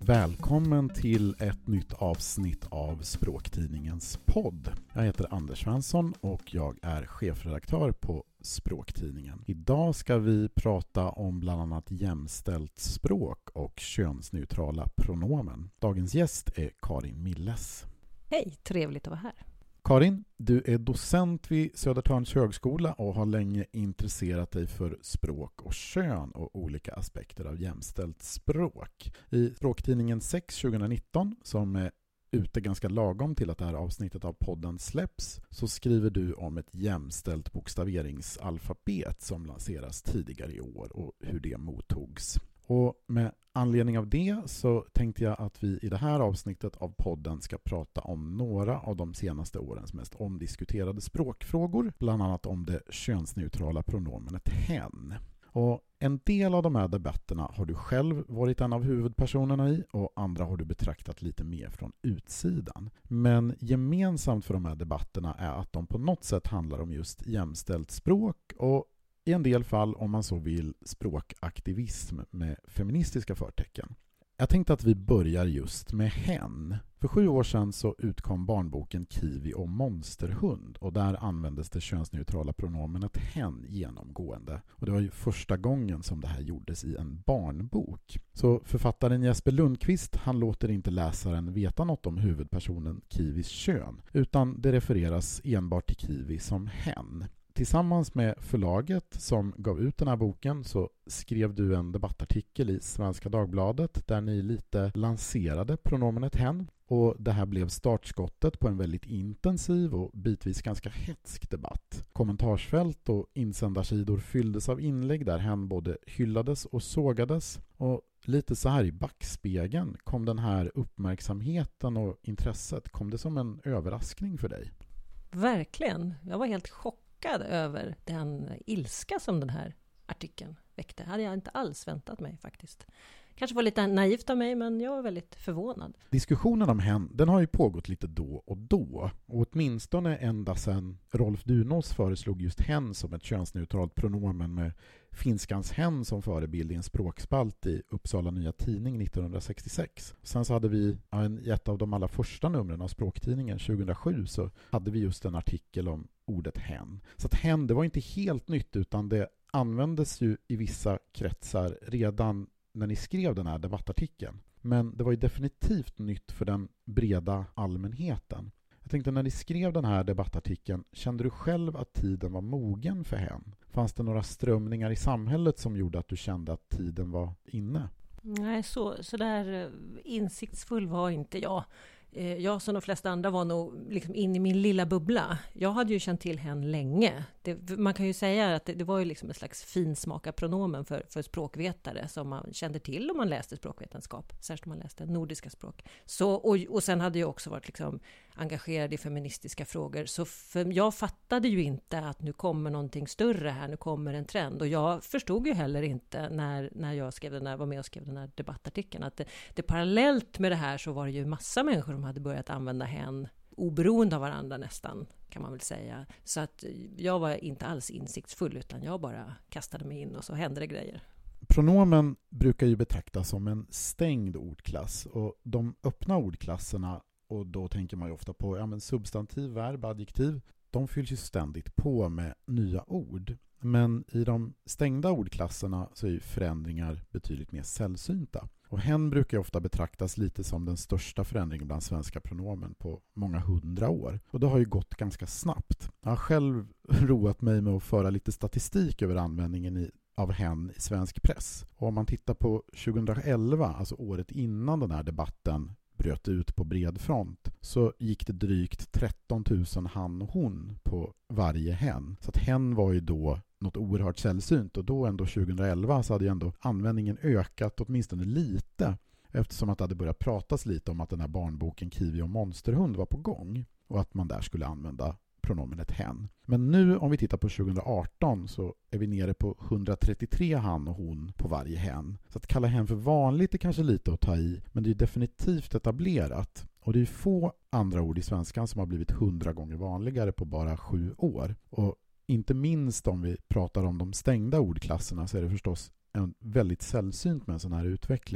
Välkommen till ett nytt avsnitt av Språktidningens podd. Jag heter Anders Svensson och jag är chefredaktör på Språktidningen. Idag ska vi prata om bland annat jämställt språk och könsneutrala pronomen. Dagens gäst är Karin Milles. Hej, trevligt att vara här. Karin, du är docent vid Södertörns högskola och har länge intresserat dig för språk och kön och olika aspekter av jämställt språk. I Språktidningen 6 2019, som är ute ganska lagom till att det här avsnittet av podden släpps, så skriver du om ett jämställt bokstaveringsalfabet som lanseras tidigare i år och hur det mottogs. Och med anledning av det så tänkte jag att vi i det här avsnittet av podden ska prata om några av de senaste årens mest omdiskuterade språkfrågor, bland annat om det könsneutrala pronomenet hen. Och en del av de här debatterna har du själv varit en av huvudpersonerna i och andra har du betraktat lite mer från utsidan. Men gemensamt för de här debatterna är att de på något sätt handlar om just jämställt språk och i en del fall, om man så vill, språkaktivism med feministiska förtecken. Jag tänkte att vi börjar just med hen. För 7 år sedan så utkom barnboken Kiwi och monsterhund och där användes det könsneutrala pronomenet hen genomgående. Och det var ju första gången som det här gjordes i en barnbok. Så författaren Jesper Lundqvist, han låter inte läsaren veta något om huvudpersonen Kiwis kön, utan det refereras enbart till Kiwi som hen. Tillsammans med förlaget som gav ut den här boken så skrev du en debattartikel i Svenska Dagbladet där ni lite lanserade pronomenet hen. Och det här blev startskottet på en väldigt intensiv och bitvis ganska hätsk debatt. Kommentarsfält och insändarsidor fylldes av inlägg där hen både hyllades och sågades. Och lite så här i backspegeln kom den här uppmärksamheten och intresset, kom det som en överraskning för dig? Verkligen. Jag var helt chockad över den ilska som den här artikeln väckte. Hade jag inte alls väntat mig faktiskt. Kanske var lite naivt av mig, men jag var väldigt förvånad. Diskussionen om hen, den har ju pågått lite då och då. Och åtminstone ända sedan Rolf Dunås föreslog just hen som ett könsneutralt pronomen med finskans hen som förebild i en språkspalt i Uppsala Nya Tidning 1966. Sen så hade vi i ett av de allra första numren av Språktidningen 2007 så hade vi just en artikel om ordet hen. Så att hen, det var inte helt nytt utan det användes ju i vissa kretsar redan när ni skrev den här debattartikeln. Men det var ju definitivt nytt för den breda allmänheten. Jag tänkte när ni skrev den här debattartikeln, kände du själv att tiden var mogen för hen? Fanns det några strömningar i samhället som gjorde att du kände att tiden var inne? Nej, så där insiktsfull var inte jag. Jag som de flesta andra var nog liksom in i min lilla bubbla. Jag hade ju känt till hen länge. Man kan ju säga att det var ju liksom en slags finsmakarpronomen för språkvetare som man kände till om man läste språkvetenskap. Särskilt om man läste nordiska språk. Så, och sen hade jag också varit liksom engagerad i feministiska frågor. Så jag fattade ju inte att nu kommer någonting större här. Nu kommer en trend. Och jag förstod ju heller inte när jag var med och skrev den här debattartikeln. Att det parallellt med det här så var det ju massa människor som hade börjat använda hen oberoende av varandra nästan, kan man väl säga. Så att jag var inte alls insiktsfull utan jag bara kastade mig in och så hände det grejer. Pronomen brukar ju betraktas som en stängd ordklass och de öppna ordklasserna, och då tänker man ju ofta på substantiv, verb, adjektiv, de fylls ju ständigt på med nya ord. Men i de stängda ordklasserna så är ju förändringar betydligt mer sällsynta. Och hen brukar ofta betraktas lite som den största förändringen bland svenska pronomen på många 100 år. Och det har ju gått ganska snabbt. Jag har själv roat mig med att föra lite statistik över användningen av hen i svensk press. Och om man tittar på 2011, alltså året innan den här debatten bröt ut på bred front, så gick det drygt 13 000 han och hon på varje hen. Så att hen var ju då något oerhört sällsynt och då ändå 2011 så hade ju ändå användningen ökat åtminstone lite eftersom att det hade börjat pratas lite om att den här barnboken Kiwi och monsterhund var på gång och att man där skulle använda pronomenet hen. Men nu om vi tittar på 2018 så är vi nere på 133 han och hon på varje hen. Så att kalla hen för vanligt är kanske lite att ta i, men det är definitivt etablerat. Och det är få andra ord i svenskan som har blivit 100 gånger vanligare på bara 7 år. Och inte minst om vi pratar om de stängda ordklasserna så är det förstås väldigt sällsynt med en sån här utveckling.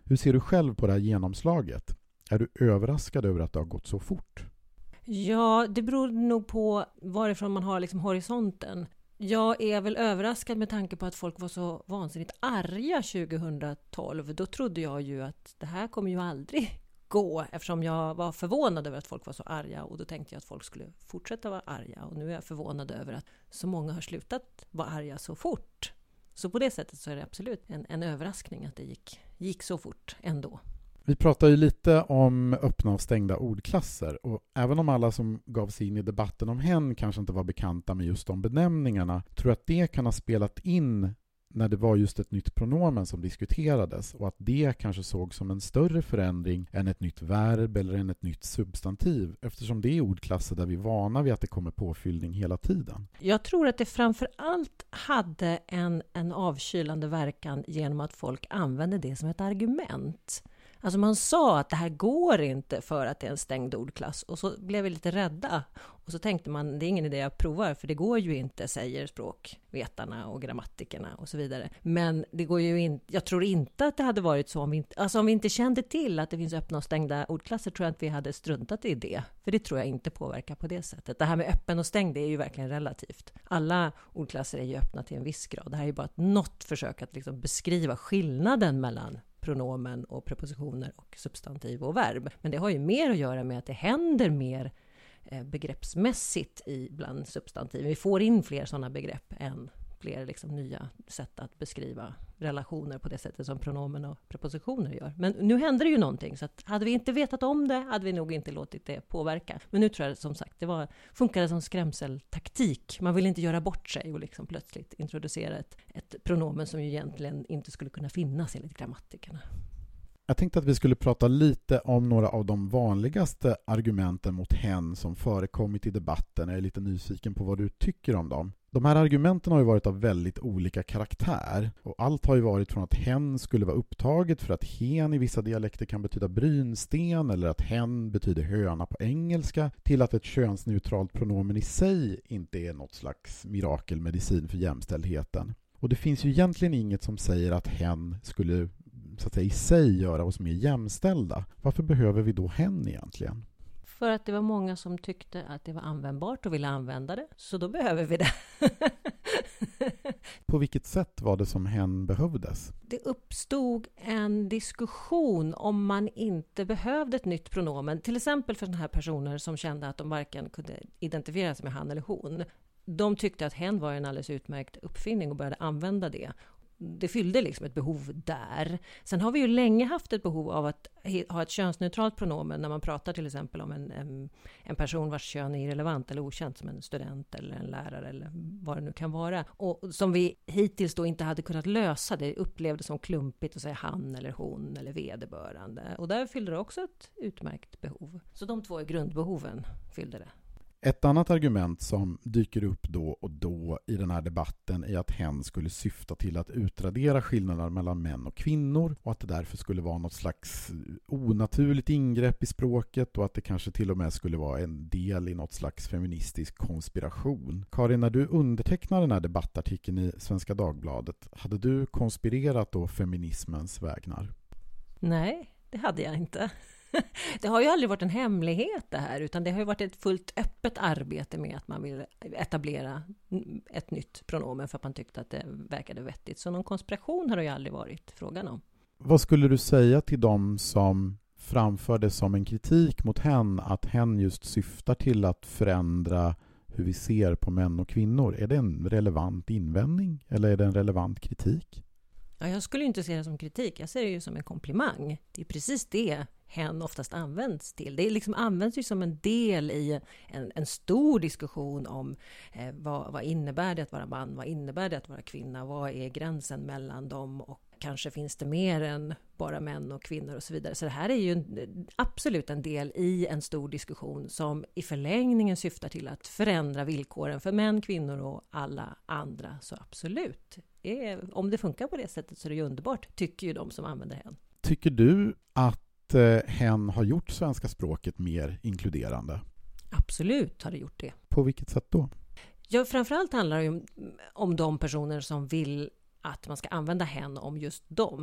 Hur ser du själv på det här genomslaget? Är du överraskad över att det har gått så fort? Ja, det beror nog på varifrån man har liksom horisonten. Jag är väl överraskad med tanke på att folk var så vansinnigt arga 2012. Då trodde jag ju att det här kommer ju aldrig gå, eftersom jag var förvånad över att folk var så arga, och då tänkte jag att folk skulle fortsätta vara arga, och nu är jag förvånad över att så många har slutat vara arga så fort. Så på det sättet så är det absolut en överraskning att det gick så fort ändå. Vi pratar ju lite om öppna och stängda ordklasser, och även om alla som gav sig in i debatten om hen kanske inte var bekanta med just de benämningarna, tror jag att det kan ha spelat in när det var just ett nytt pronomen som diskuterades, och att det kanske såg som en större förändring än ett nytt verb eller än ett nytt substantiv, eftersom det är ordklasser där vi är vana vid att det kommer påfyllning hela tiden. Jag tror att det framför allt hade en avkylande verkan genom att folk använde det som ett argument. Alltså man sa att det här går inte för att det är en stängd ordklass, och så blev vi lite rädda. Och så tänkte man, det är ingen idé jag provar, för det går ju inte, säger språkvetarna och grammatikerna och så vidare. Men det går ju inte, jag tror inte att det hade varit så om vi inte kände till att det finns öppna och stängda ordklasser, tror jag att vi hade struntat i det. För det tror jag inte påverkar på det sättet. Det här med öppen och stängd, det är ju verkligen relativt. Alla ordklasser är ju öppna till en viss grad. Det här är ju bara något försök att liksom beskriva skillnaden mellan pronomen och prepositioner och substantiv och verb. Men det har ju mer att göra med att det händer mer begreppsmässigt bland substantiv. Vi får in fler sådana begrepp än fler liksom nya sätt att beskriva relationer på det sättet som pronomen och prepositioner gör. Men nu händer det ju någonting, så att hade vi inte vetat om det hade vi nog inte låtit det påverka. Men nu tror jag som sagt funkade som skrämseltaktik. Man vill inte göra bort sig och liksom plötsligt introducera ett pronomen som ju egentligen inte skulle kunna finnas enligt grammatikerna. Jag tänkte att vi skulle prata lite om några av de vanligaste argumenten mot hen som förekommit i debatten. Jag är lite nyfiken på vad du tycker om dem. De här argumenten har ju varit av väldigt olika karaktär, och allt har ju varit från att hen skulle vara upptaget för att hen i vissa dialekter kan betyda brynsten, eller att hen betyder höna på engelska, till att ett könsneutralt pronomen i sig inte är något slags mirakelmedicin för jämställdheten. Och det finns ju egentligen inget som säger att hen skulle så att säga i sig göra oss mer jämställda. Varför behöver vi då hen egentligen? För att det var många som tyckte att det var användbart och ville använda det. Så då behöver vi det. På vilket sätt var det som hen behövdes? Det uppstod en diskussion om man inte behövde ett nytt pronomen. Till exempel för sådana här personer som kände att de varken kunde identifiera sig med han eller hon. De tyckte att hen var en alldeles utmärkt uppfinning och började använda det. Det fyllde liksom ett behov där. Sen har vi ju länge haft ett behov av att ha ett könsneutralt pronomen när man pratar till exempel om en person vars kön är irrelevant eller okänt, som en student eller en lärare eller vad det nu kan vara. Och som vi hittills då inte hade kunnat lösa. Det upplevdes som klumpigt att säga han eller hon eller vederbörande. Och där fyllde det också ett utmärkt behov. Så de två grundbehoven fyllde det. Ett annat argument som dyker upp då och då i den här debatten är att hen skulle syfta till att utradera skillnader mellan män och kvinnor, och att det därför skulle vara något slags onaturligt ingrepp i språket, och att det kanske till och med skulle vara en del i något slags feministisk konspiration. Karin, när du undertecknade den här debattartikeln i Svenska Dagbladet, hade du konspirerat då feminismens vägnar? Nej, det hade jag inte. Det har ju aldrig varit en hemlighet det här, utan det har ju varit ett fullt öppet arbete med att man vill etablera ett nytt pronomen för att man tyckte att det verkade vettigt. Så någon konspiration har det ju aldrig varit frågan om. Vad skulle du säga till dem som framförde som en kritik mot hen att hen just syftar till att förändra hur vi ser på män och kvinnor? Är det en relevant invändning eller är det en relevant kritik? Ja, jag skulle inte se det som kritik, jag ser det ju som en komplimang. Det är precis det hen oftast används till. Det liksom används ju som en del i en stor diskussion om vad innebär det att vara man, vad innebär det att vara kvinna, vad är gränsen mellan dem, och kanske finns det mer än bara män och kvinnor och så vidare. Så det här är ju absolut en del i en stor diskussion som i förlängningen syftar till att förändra villkoren för män, kvinnor och alla andra. Så absolut, om det funkar på det sättet så är det ju underbart, tycker ju de som använder hen. Tycker du att hen har gjort svenska språket mer inkluderande? Absolut har det gjort det. På vilket sätt då? Ja, framförallt handlar det om de personer som vill att man ska använda hen om just dem.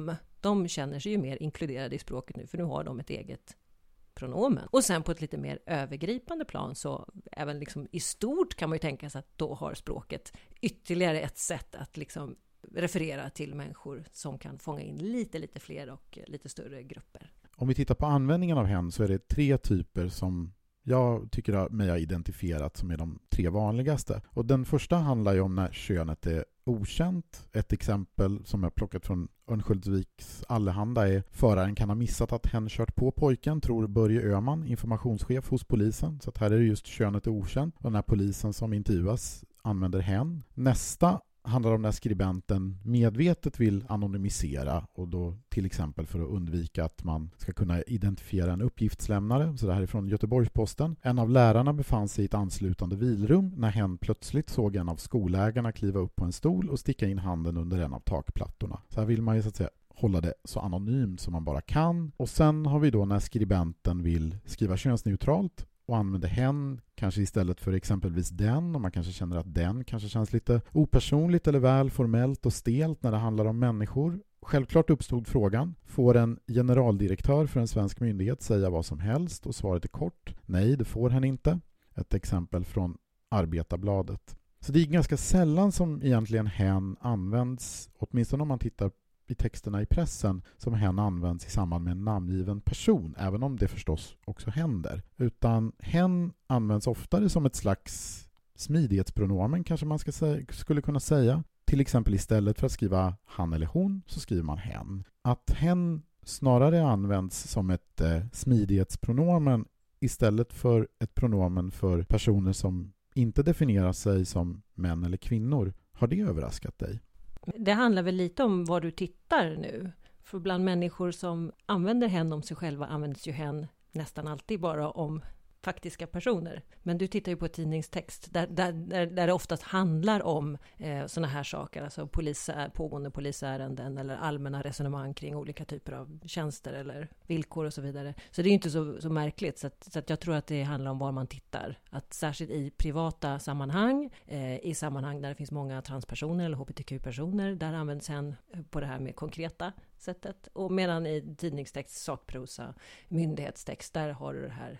de känner sig ju mer inkluderade i språket nu, för nu har de ett eget pronomen. Och sen på ett lite mer övergripande plan, så även liksom i stort kan man ju tänka sig att då har språket ytterligare ett sätt att liksom referera till människor som kan fånga in lite fler och lite större grupper. Om vi tittar på användningen av hen så är det 3 typer som jag tycker mig ha identifierat som är de 3 vanligaste. Och den första handlar ju om när könet är okänt. Ett exempel som jag plockat från Örnsköldsviks Allehanda är: föraren kan ha missat att hen kört på pojken, tror Börje Öhman, informationschef hos polisen. Så att här är det just könet är okänt. Och den här polisen som intervjuas använder hen. Nästa handlar om när skribenten medvetet vill anonymisera, och då till exempel för att undvika att man ska kunna identifiera en uppgiftslämnare. Så det här är från Göteborgs-Posten. En av lärarna befann sig i ett anslutande vilrum när hen plötsligt såg en av skolägarna kliva upp på en stol och sticka in handen under en av takplattorna. Så här vill man ju så att säga hålla det så anonymt som man bara kan. Och sen har vi då när skribenten vill skriva könsneutralt och använder hen kanske istället för exempelvis den, och man kanske känner att den kanske känns lite opersonligt eller väl formellt och stelt när det handlar om människor. Självklart uppstod frågan: får en generaldirektör för en svensk myndighet säga vad som helst? Och svaret är kort: nej, det får hen inte. Ett exempel från Arbetarbladet. Så det är ganska sällan som egentligen hen används, åtminstone om man tittar i texterna i pressen, som hen används i samband med en namngiven person, även om det förstås också händer. Utan hen används oftare som ett slags smidighetspronomen, kanske man skulle kunna säga. Till exempel istället för att skriva han eller hon så skriver man hen. Att hen snarare används som ett smidighetspronomen istället för ett pronomen för personer som inte definierar sig som män eller kvinnor, har det överraskat dig? Det handlar väl lite om var du tittar nu. För bland människor som använder hen om sig själva används ju hen nästan alltid bara om faktiska personer. Men du tittar ju på tidningstext där det oftast handlar om såna här saker, alltså pågående polisärenden eller allmänna resonemang kring olika typer av tjänster eller villkor och så vidare. Så det är ju inte så märkligt, så att jag tror att det handlar om var man tittar. Att särskilt i privata sammanhang, i sammanhang där det finns många transpersoner eller hbtq-personer, där används hen på det här med konkreta sättet. Och medan i tidningstext, sakprosa, myndighetstext, där har du det här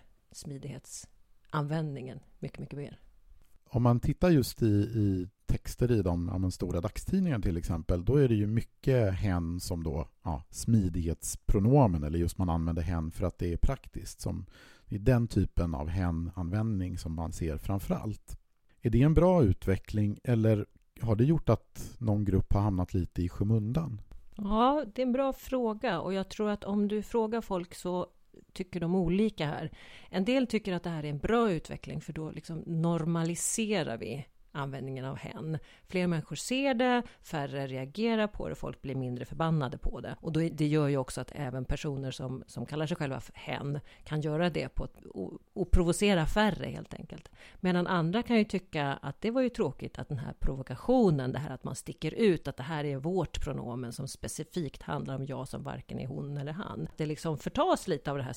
smidighetsanvändningen mycket mer. Om man tittar just i texter i de stora dagstidningarna till exempel, då är det ju mycket hen som då smidighetspronomen, eller just man använder hen för att det är praktiskt. Som i den typen av hen-användning som man ser framför allt. Är det en bra utveckling, eller har det gjort att någon grupp har hamnat lite i skymundan? Ja, det är en bra fråga, och jag tror att om du frågar folk så tycker de olika här. En del tycker att det här är en bra utveckling, för då liksom normaliserar vi användningen av hen. Fler människor ser det, färre reagerar på det, folk blir mindre förbannade på det. Och det gör ju också att även personer som kallar sig själva för hen kan göra det på och provocera färre helt enkelt. Medan andra kan ju tycka att det var ju tråkigt att den här provokationen, det här att man sticker ut, att det här är vårt pronomen som specifikt handlar om jag som varken är hon eller han. Det liksom förtas lite av det här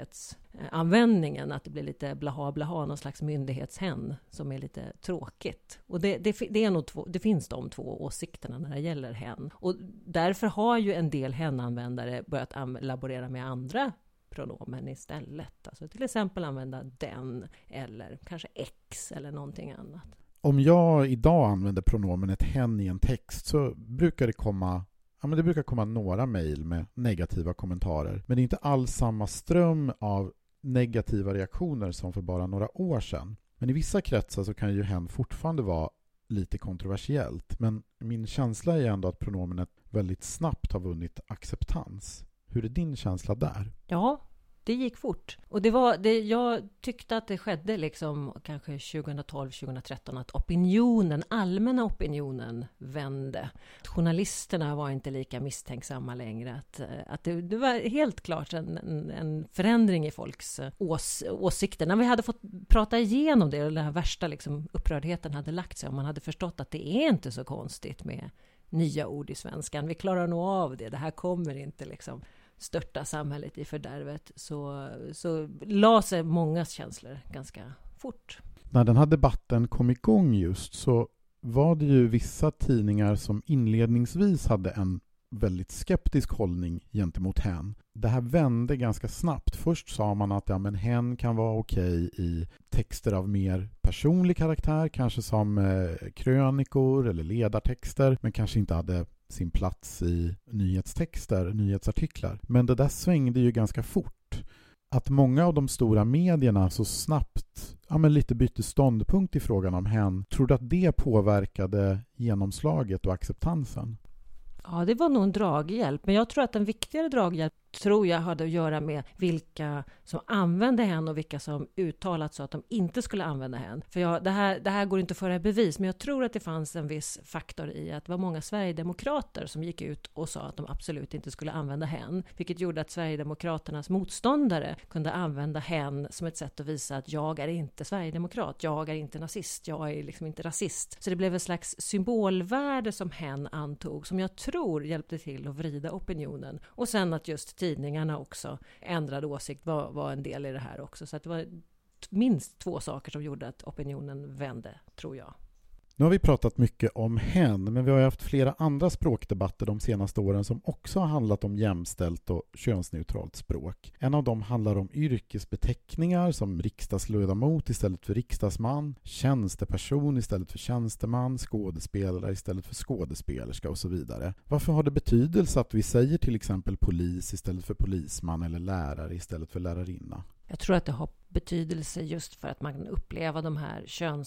smidighetsanvändningen, att det blir lite blaha, någon slags myndighetshen som är lite tråkigt. Och det är nog det finns de 2 åsikterna när det gäller hen. Och därför har ju en del hen-användare börjat laborera med andra pronomen istället. Alltså till exempel använda den eller kanske X eller någonting annat. Om jag idag använder pronomenet hen i en text så brukar det komma några mejl med negativa kommentarer. Men det är inte alls samma ström av negativa reaktioner som för bara några år sedan. Men i vissa kretsar så kan ju hen fortfarande vara lite kontroversiellt. Men min känsla är ändå att pronomenet väldigt snabbt har vunnit acceptans. Hur är din känsla där? Ja, det gick fort. Och jag tyckte att det skedde liksom kanske 2012-2013 att allmänna opinionen vände. Journalisterna var inte lika misstänksamma längre. Att det var helt klart en förändring i folks åsikter. När vi hade fått prata igenom det, och den här värsta liksom upprördheten hade lagt sig, och man hade förstått att det är inte så konstigt med nya ord i svenskan. Vi klarar nog av det. Det här kommer inte liksom störta samhället i fördärvet, så la sig mångas känslor ganska fort. När den här debatten kom igång just så var det ju vissa tidningar som inledningsvis hade en väldigt skeptisk hållning gentemot hen. Det här vände ganska snabbt. Först sa man att hen kan vara okej i texter av mer personlig karaktär, kanske som krönikor eller ledartexter, men kanske inte hade sin plats i nyhetsartiklar. Men det där svängde ju ganska fort. Att många av de stora medierna så snabbt lite bytte ståndpunkt i frågan om hen, trodde att det påverkade genomslaget och acceptansen? Ja, det var nog en draghjälp. Men jag tror att en viktigare draghjälp hade att göra med vilka som använde hen och vilka som uttalat så att de inte skulle använda hen. För det här går inte att föra i bevis, men jag tror att det fanns en viss faktor i att det var många sverigedemokrater som gick ut och sa att de absolut inte skulle använda hen. Vilket gjorde att Sverigedemokraternas motståndare kunde använda hen som ett sätt att visa att jag är inte sverigedemokrat, jag är inte nazist, jag är liksom inte rasist. Så det blev en slags symbolvärde som hen antog, som jag tror hjälpte till att vrida opinionen. Och sen att just tidningarna också ändrade åsikt var en del i det här också. Så att det var minst 2 saker som gjorde att opinionen vände, tror jag. Nu har vi pratat mycket om hen, men vi har haft flera andra språkdebatter de senaste åren som också har handlat om jämställt och könsneutralt språk. En av dem handlar om yrkesbeteckningar som riksdagsledamot istället för riksdagsman, tjänsteperson istället för tjänsteman, skådespelare istället för skådespelerska och så vidare. Varför har det betydelse att vi säger till exempel polis istället för polisman eller lärare istället för lärarinna? Jag tror att det har betydelse just för att man kan uppleva de här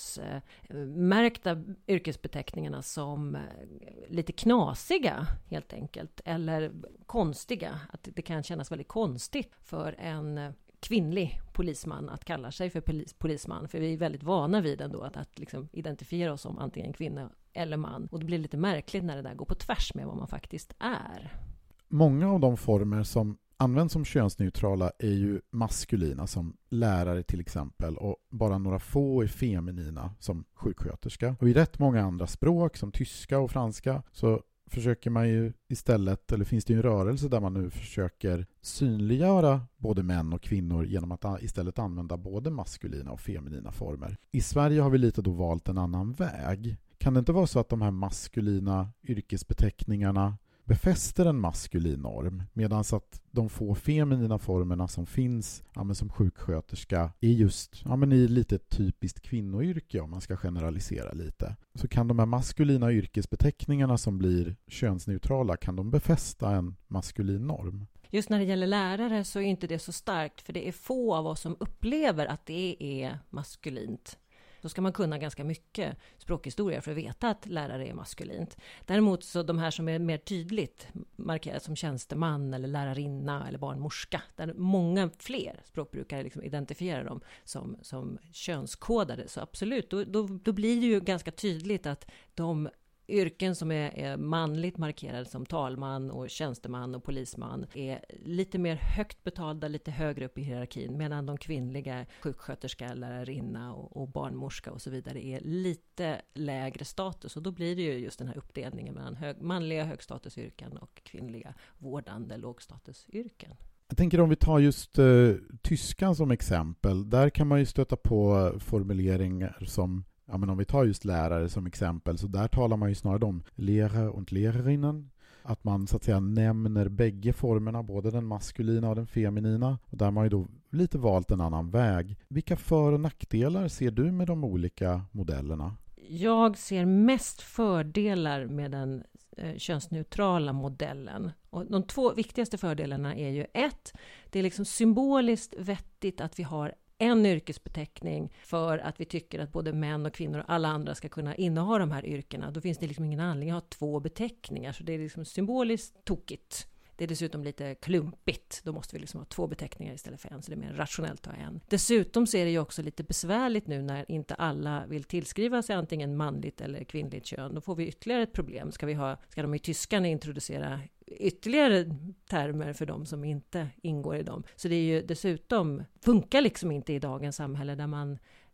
könsmärkta yrkesbeteckningarna som lite knasiga helt enkelt, eller konstiga. Att det kan kännas väldigt konstigt för en kvinnlig polisman att kalla sig för polisman, för vi är väldigt vana vid ändå att liksom identifiera oss som antingen kvinna eller man, och det blir lite märkligt när det där går på tvärs med vad man faktiskt är. Många av de former som används som könsneutrala är ju maskulina, som lärare till exempel, och bara några få är feminina, som sjuksköterska. Och i rätt många andra språk som tyska och franska så försöker man ju istället, eller finns det ju en rörelse där man nu försöker synliggöra både män och kvinnor genom att istället använda både maskulina och feminina former. I Sverige har vi lite då valt en annan väg. Kan det inte vara så att de här maskulina yrkesbeteckningarna befäster en maskulin norm, medan att de få feminina formerna som finns som sjuksköterska är just i lite typiskt kvinnoyrke, om man ska generalisera lite. Så kan de här maskulina yrkesbeteckningarna som blir könsneutrala, kan de befästa en maskulin norm? Just när det gäller lärare så är inte det så starkt, för det är få av oss som upplever att det är maskulint. Då ska man kunna ganska mycket språkhistoria för att veta att lärare är maskulint. Däremot så de här som är mer tydligt markerade som tjänsteman eller lärarinna eller barnmorska, där många fler språkbrukare liksom identifierar dem som könskodade, så absolut, då blir det ju ganska tydligt att de yrken som är manligt markerade som talman och tjänsteman och polisman är lite mer högt betalda, lite högre upp i hierarkin, medan de kvinnliga sjuksköterska, lärarinna och barnmorska och så vidare är lite lägre status, och då blir det ju just den här uppdelningen mellan manliga högstatusyrken och kvinnliga vårdande lågstatusyrken. Jag tänker om vi tar just tyskan som exempel, där kan man ju stöta på formuleringar som om vi tar just lärare som exempel, så där talar man ju snarare om Lehrer och Lehrerinnen. Att man så att säga nämner bägge formerna, både den maskulina och den feminina. Och där har man ju då lite valt en annan väg. Vilka för- och nackdelar ser du med de olika modellerna? Jag ser mest fördelar med den könsneutrala modellen. Och de 2 viktigaste fördelarna är ju 1, det är liksom symboliskt vettigt att vi har en yrkesbeteckning för att vi tycker att både män och kvinnor och alla andra ska kunna inneha de här yrkena. Då finns det liksom ingen anledning att ha 2 beteckningar, så det är liksom symboliskt tokigt. Det är dessutom lite klumpigt. Då måste vi liksom ha 2 beteckningar istället för en, så det är mer rationellt att ha en. Dessutom så är det ju också lite besvärligt nu när inte alla vill tillskriva sig antingen manligt eller kvinnligt kön. Då får vi ytterligare ett problem. Ska de i tyskan introducera ytterligare termer för de som inte ingår i dem? Så det är ju dessutom, funkar liksom inte i dagens samhälle där man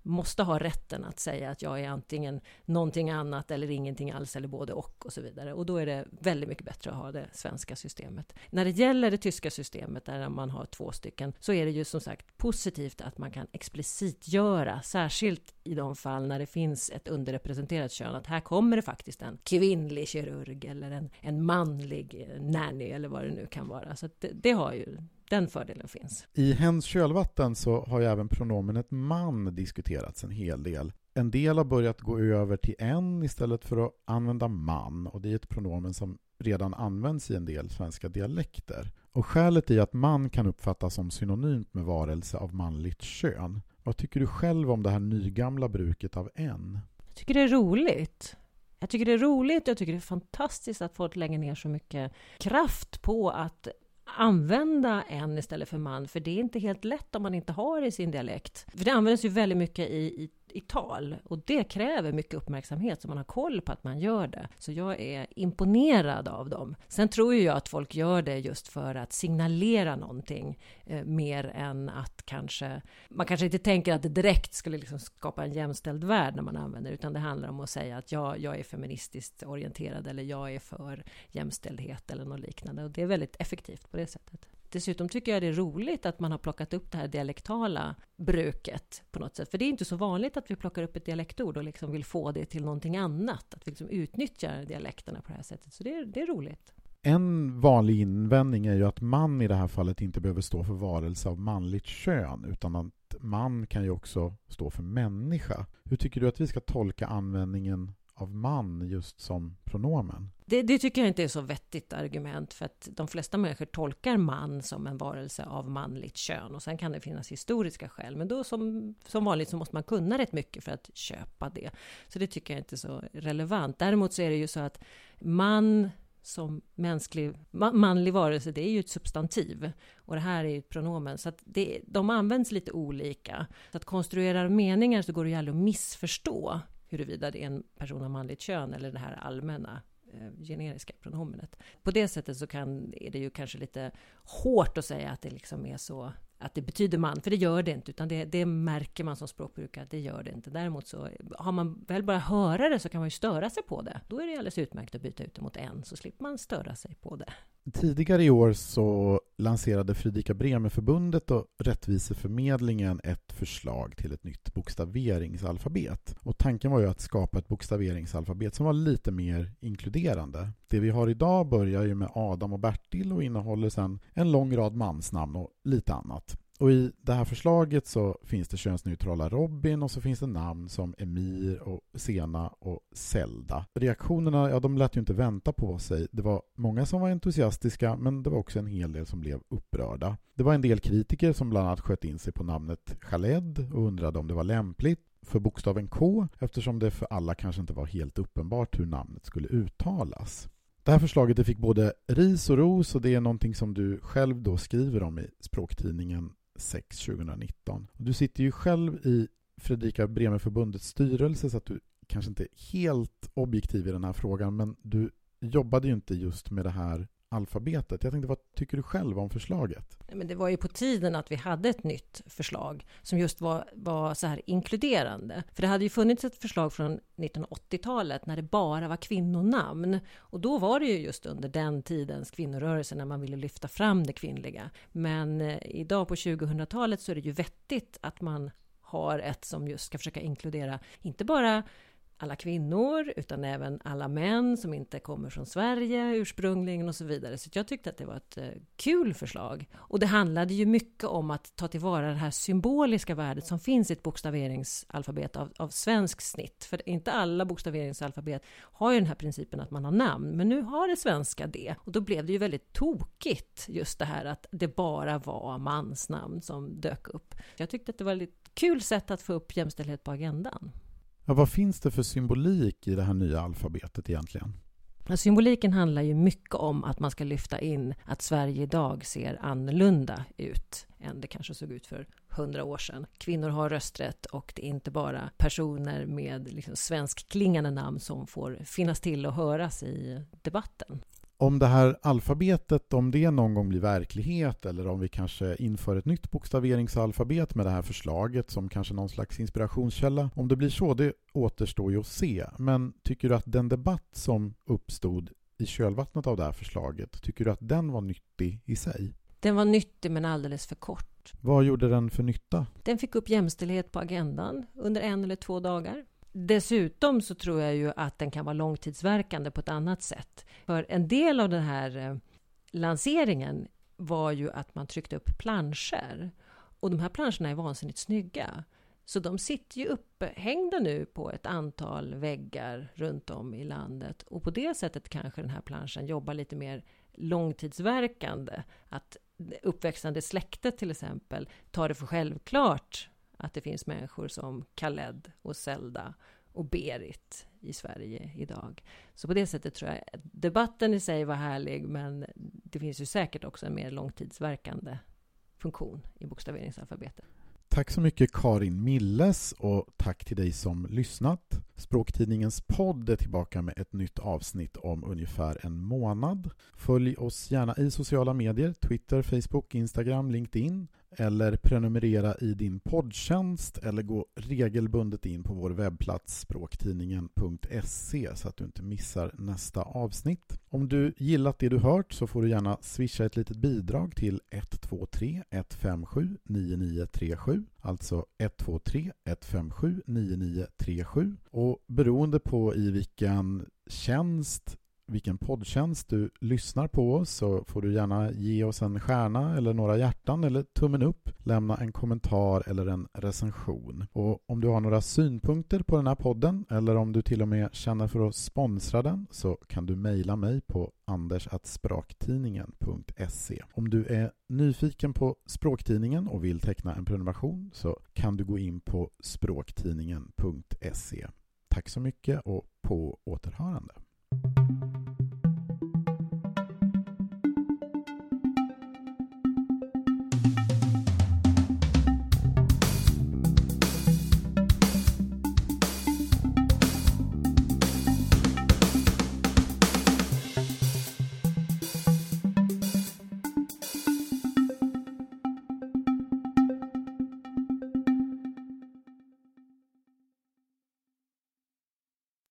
måste ha rätten att säga att jag är antingen någonting annat eller ingenting alls eller både och så vidare. Och då är det väldigt mycket bättre att ha det svenska systemet. När det gäller det tyska systemet där man har 2 stycken så är det ju som sagt positivt att man kan explicit göra, särskilt i de fall när det finns ett underrepresenterat kön, att här kommer det faktiskt en kvinnlig kirurg eller en manlig nanny eller vad det nu kan vara. Så att det har ju, den fördelen finns. I hens kölvatten så har ju även pronomenet man diskuterats en hel del. En del har börjat gå över till en istället för att använda man, och det är ett pronomen som redan används i en del svenska dialekter. Och skälet är att man kan uppfattas som synonymt med varelse av manligt kön. Vad tycker du själv om det här nygamla bruket av en? Jag tycker det är roligt. Jag tycker det är fantastiskt att folk lägger ner så mycket kraft på att använda en istället för man, för det är inte helt lätt om man inte har det i sin dialekt. För det används ju väldigt mycket i tal, och det kräver mycket uppmärksamhet så man har koll på att man gör det. Så jag är imponerad av dem. Sen tror jag att folk gör det just för att signalera någonting mer än att man kanske inte tänker att det direkt skulle liksom skapa en jämställd värld när man använder det, utan det handlar om att säga att jag är feministiskt orienterad eller jag är för jämställdhet eller något liknande, och det är väldigt effektivt på det sättet. Dessutom tycker jag det är roligt att man har plockat upp det här dialektala bruket på något sätt. För det är inte så vanligt att vi plockar upp ett dialektord och liksom vill få det till någonting annat. Att vi liksom utnyttjar dialekterna på det här sättet. Så det är roligt. En vanlig invändning är ju att man i det här fallet inte behöver stå för varelse av manligt kön, utan att man kan ju också stå för människa. Hur tycker du att vi ska tolka användningen av man just som pronomen? Det tycker jag inte är så vettigt argument, för att de flesta människor tolkar man som en varelse av manligt kön, och sen kan det finnas historiska skäl, men då som vanligt så måste man kunna rätt mycket för att köpa det. Så det tycker jag inte är så relevant. Däremot så är det ju så att man som manlig varelse, det är ju ett substantiv, och det här är ju ett pronomen, så att de används lite olika. Så att konstruera meningar så går det ju aldrig att missförstå huruvida det är en person av manligt kön eller det här allmänna generiska pronomenet. På det sättet så är det ju kanske lite hårt att säga att det liksom är så, att det betyder man, för det gör det inte, utan det märker man som språkbrukare att det gör det inte. Däremot så har man väl bara höra det så kan man ju störa sig på det. Då är det alldeles utmärkt att byta ut det mot en, så slipper man störa sig på det. Tidigare i år så lanserade Fredrika Bremer-förbundet och Rättviseförmedlingen ett förslag till ett nytt bokstaveringsalfabet. Och tanken var ju att skapa ett bokstaveringsalfabet som var lite mer inkluderande. Det vi har idag börjar ju med Adam och Bertil och innehåller sedan en lång rad mansnamn och lite annat. Och i det här förslaget så finns det könsneutrala Robin, och så finns det namn som Emir och Sena och Zelda. Reaktionerna, ja, de lät ju inte vänta på sig. Det var många som var entusiastiska, men det var också en hel del som blev upprörda. Det var en del kritiker som bland annat sköt in sig på namnet Khaled och undrade om det var lämpligt för bokstaven K, eftersom det för alla kanske inte var helt uppenbart hur namnet skulle uttalas. Det här förslaget fick både ris och ros, och det är någonting som du själv då skriver om i Språktidningen 6 2019. Du sitter ju själv i Fredrika Bremer-förbundets styrelse, så att du kanske inte är helt objektiv i den här frågan, men du jobbade ju inte just med det här alfabetet. Jag tänkte, vad tycker du själv om förslaget? Men det var ju på tiden att vi hade ett nytt förslag som just var så här inkluderande. För det hade ju funnits ett förslag från 1980-talet när det bara var kvinnonamn. Och då var det ju just under den tidens kvinnorörelse när man ville lyfta fram det kvinnliga. Men idag på 2000-talet så är det ju vettigt att man har ett som just ska försöka inkludera inte bara alla kvinnor utan även alla män som inte kommer från Sverige ursprungligen och så vidare. Så jag tyckte att det var ett kul förslag. Och det handlade ju mycket om att ta tillvara det här symboliska värdet som finns i ett bokstaveringsalfabet av svensk snitt. För inte alla bokstaveringsalfabet har ju den här principen att man har namn. Men nu har det svenska det. Och då blev det ju väldigt tokigt just det här att det bara var mansnamn som dök upp. Jag tyckte att det var ett kul sätt att få upp jämställdhet på agendan. Ja, vad finns det för symbolik i det här nya alfabetet egentligen? Symboliken handlar ju mycket om att man ska lyfta in att Sverige idag ser annorlunda ut än det kanske såg ut för 100 år sedan. Kvinnor har rösträtt och det är inte bara personer med liksom svenskklingande namn som får finnas till och höras i debatten. Om det här alfabetet, om det någon gång blir verklighet eller om vi kanske inför ett nytt bokstaveringsalfabet med det här förslaget som kanske någon slags inspirationskälla. Om det blir så, det återstår ju att se. Men tycker du att den debatt som uppstod i kölvattnet av det här förslaget, tycker du att den var nyttig i sig? Den var nyttig men alldeles för kort. Vad gjorde den för nytta? Den fick upp jämställdhet på agendan under 1 eller 2 dagar. Dessutom så tror jag ju att den kan vara långtidsverkande på ett annat sätt. För en del av den här lanseringen var ju att man tryckte upp planscher. Och de här planscherna är vansinnigt snygga. Så de sitter ju upphängda nu på ett antal väggar runt om i landet. Och på det sättet kanske den här planschen jobbar lite mer långtidsverkande. Att uppväxande släktet till exempel tar det för självklart att det finns människor som Khaled och Zelda och Berit i Sverige idag. Så på det sättet tror jag att debatten i sig var härlig, men det finns ju säkert också en mer långtidsverkande funktion i bokstaveringsalfabetet. Tack så mycket Karin Milles och tack till dig som lyssnat. Språktidningens podd är tillbaka med ett nytt avsnitt om ungefär en månad. Följ oss gärna i sociala medier, Twitter, Facebook, Instagram, LinkedIn eller prenumerera i din poddtjänst eller gå regelbundet in på vår webbplats språktidningen.se så att du inte missar nästa avsnitt. Om du gillat det du hört så får du gärna swisha ett litet bidrag till 123 157 9937, alltså 123 157 9937, och beroende på i vilken poddtjänst du lyssnar på oss så får du gärna ge oss en stjärna eller några hjärtan eller tummen upp, lämna en kommentar eller en recension. Och om du har några synpunkter på den här podden eller om du till och med känner för att sponsra den så kan du mejla mig på anders@språktidningen.se. Om du är nyfiken på Språktidningen och vill teckna en prenumeration så kan du gå in på språktidningen.se. Tack så mycket och på återhörande.